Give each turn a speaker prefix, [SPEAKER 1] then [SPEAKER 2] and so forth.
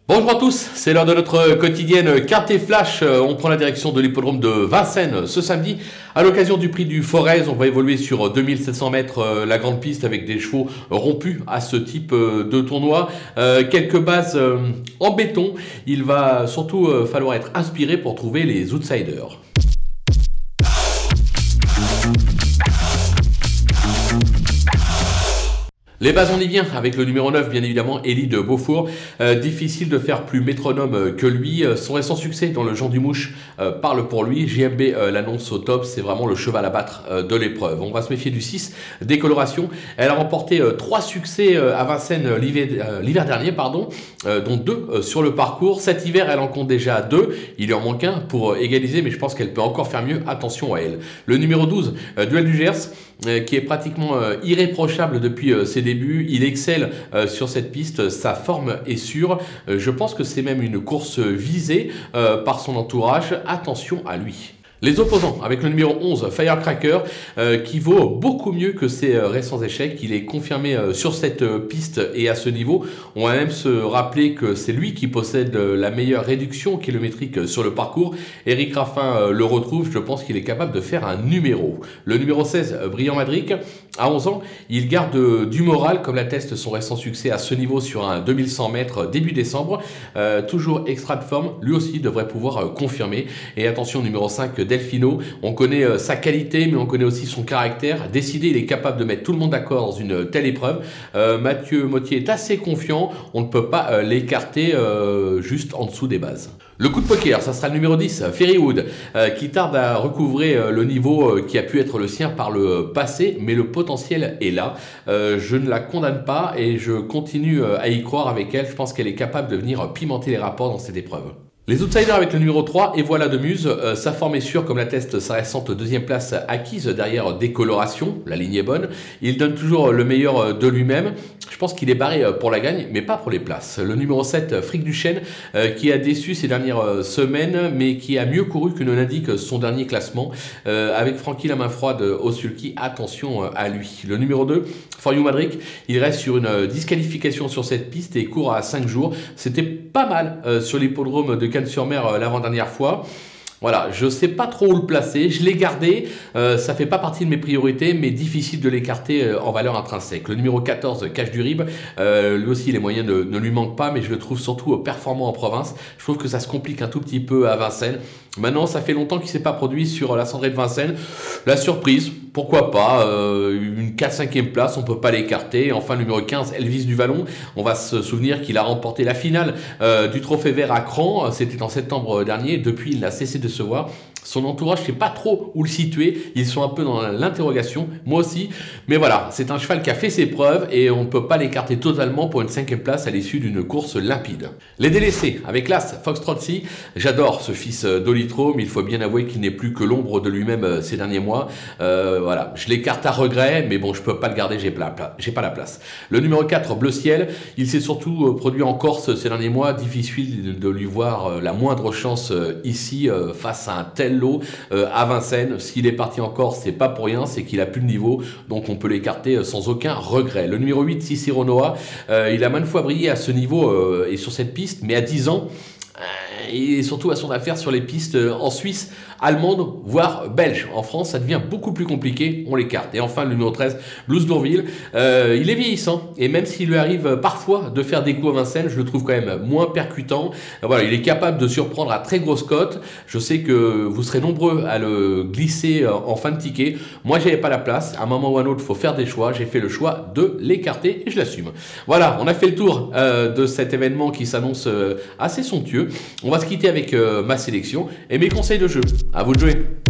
[SPEAKER 1] Bonjour à tous, c'est l'heure de notre quotidienne Quintet Flash. On prend la direction de l'hippodrome de Vincennes ce samedi. À l'occasion du prix du Forez, on va évoluer sur 2700 mètres la grande piste avec des chevaux rompus à ce type de tournoi. Quelques bases en béton. Il va surtout falloir être inspiré pour trouver les outsiders. Les bases, on y vient avec le numéro 9, bien évidemment, Élie de Beaufour. Difficile de faire plus métronome que lui. Son récent succès dans le Jean du Mouche parle pour lui. JMB l'annonce au top, c'est vraiment le cheval à battre de l'épreuve. On va se méfier du 6, Décoloration. Elle a remporté 3 succès à Vincennes l'hiver dernier, dont 2 sur le parcours. Cet hiver, elle en compte déjà 2. Il lui en manque un pour égaliser, mais je pense qu'elle peut encore faire mieux. Attention à elle. Le numéro 12, Duel du Gers, qui est pratiquement irréprochable depuis ses débuts. Il excelle sur cette piste, sa forme est sûre. Je pense que c'est même une course visée par son entourage. Attention à lui. Les opposants, avec le numéro 11, Firecracker, qui vaut beaucoup mieux que ses récents échecs. Il est confirmé sur cette piste et à ce niveau. On va même se rappeler que c'est lui qui possède la meilleure réduction kilométrique sur le parcours. Eric Raffin le retrouve, je pense qu'il est capable de faire un numéro. Le numéro 16, Brillant Madric, à 11 ans, il garde du moral, comme l'atteste son récent succès à ce niveau sur un 2100 mètres début décembre. Toujours extra de forme, lui aussi devrait pouvoir confirmer. Et attention, numéro 5, Delfino, on connaît sa qualité, mais on connaît aussi son caractère. Décidé, il est capable de mettre tout le monde d'accord dans une telle épreuve. Mathieu Mottier est assez confiant, on ne peut pas l'écarter juste en dessous des bases. Le coup de poker, ça sera le numéro 10, Ferrywood, qui tarde à recouvrer le niveau qui a pu être le sien par le passé, mais le potentiel est là. Je ne la condamne pas et je continue à y croire avec elle. Je pense qu'elle est capable de venir pimenter les rapports dans cette épreuve. Les outsiders avec le numéro 3, et voilà de Muse, sa forme est sûre comme l'atteste sa récente deuxième place acquise derrière Décoloration, la ligne est bonne, il donne toujours le meilleur de lui-même, je pense qu'il est barré pour la gagne, mais pas pour les places. Le numéro 7, Fric du Chêne, qui a déçu ces dernières semaines, mais qui a mieux couru que ne l'indique son dernier classement, avec Francky la main froide au sulky, attention à lui. Le numéro 2, For You Madric, il reste sur une disqualification sur cette piste et court à 5 jours, c'était pas mal sur l'hippodrome de Cannes-sur-Mer l'avant-dernière fois. Voilà, je sais pas trop où le placer, je l'ai gardé, ça fait pas partie de mes priorités, mais difficile de l'écarter en valeur intrinsèque. Le numéro 14, Cache du Rib, lui aussi les moyens ne lui manquent pas, mais je le trouve surtout performant en province. Je trouve que ça se complique un tout petit peu à Vincennes. Maintenant, ça fait longtemps qu'il ne s'est pas produit sur la Cendrée de Vincennes. La surprise, pourquoi pas, une 4-5e place, on ne peut pas l'écarter. Enfin, le numéro 15, Elvis du Vallon, on va se souvenir qu'il a remporté la finale du Trophée Vert à Cran, c'était en septembre dernier. Depuis, il n'a cessé de se voir. Son entourage, je ne sais pas trop où le situer. Ils sont un peu dans l'interrogation, moi aussi. Mais voilà, c'est un cheval qui a fait ses preuves et on ne peut pas l'écarter totalement pour une 5e place à l'issue d'une course limpide. Les délaissés, avec l'As, Foxtrot-C. J'adore ce fils d'Olitro, mais il faut bien avouer qu'il n'est plus que l'ombre de lui-même ces derniers mois. Voilà, je l'écarte à regret, mais bon, je ne peux pas le garder, j'ai pas la place. Le numéro 4, Bleu Ciel, il s'est surtout produit en Corse ces derniers mois. Difficile de lui voir la moindre chance ici face à un tel lot à Vincennes. S'il est parti en Corse, c'est pas pour rien, c'est qu'il a plus de niveau, donc on peut l'écarter sans aucun regret. Le numéro 8, Cicero Noah, il a maintes fois brillé à ce niveau et sur cette piste, mais à 10 ans, et surtout à son affaire sur les pistes en Suisse, allemande, voire belge. En France, ça devient beaucoup plus compliqué, on l'écarte. Et enfin, le numéro 13, Blues d'Ourville, il est vieillissant, et même s'il lui arrive parfois de faire des coups à Vincennes, je le trouve quand même moins percutant. Voilà, il est capable de surprendre à très grosse cote. Je sais que vous serez nombreux à le glisser en fin de ticket. Moi, j'avais pas la place. À un moment ou à un autre, il faut faire des choix. J'ai fait le choix de l'écarter, et je l'assume. Voilà, on a fait le tour de cet événement qui s'annonce assez somptueux. On va se quitter avec ma sélection et mes conseils de jeu. À vous de jouer.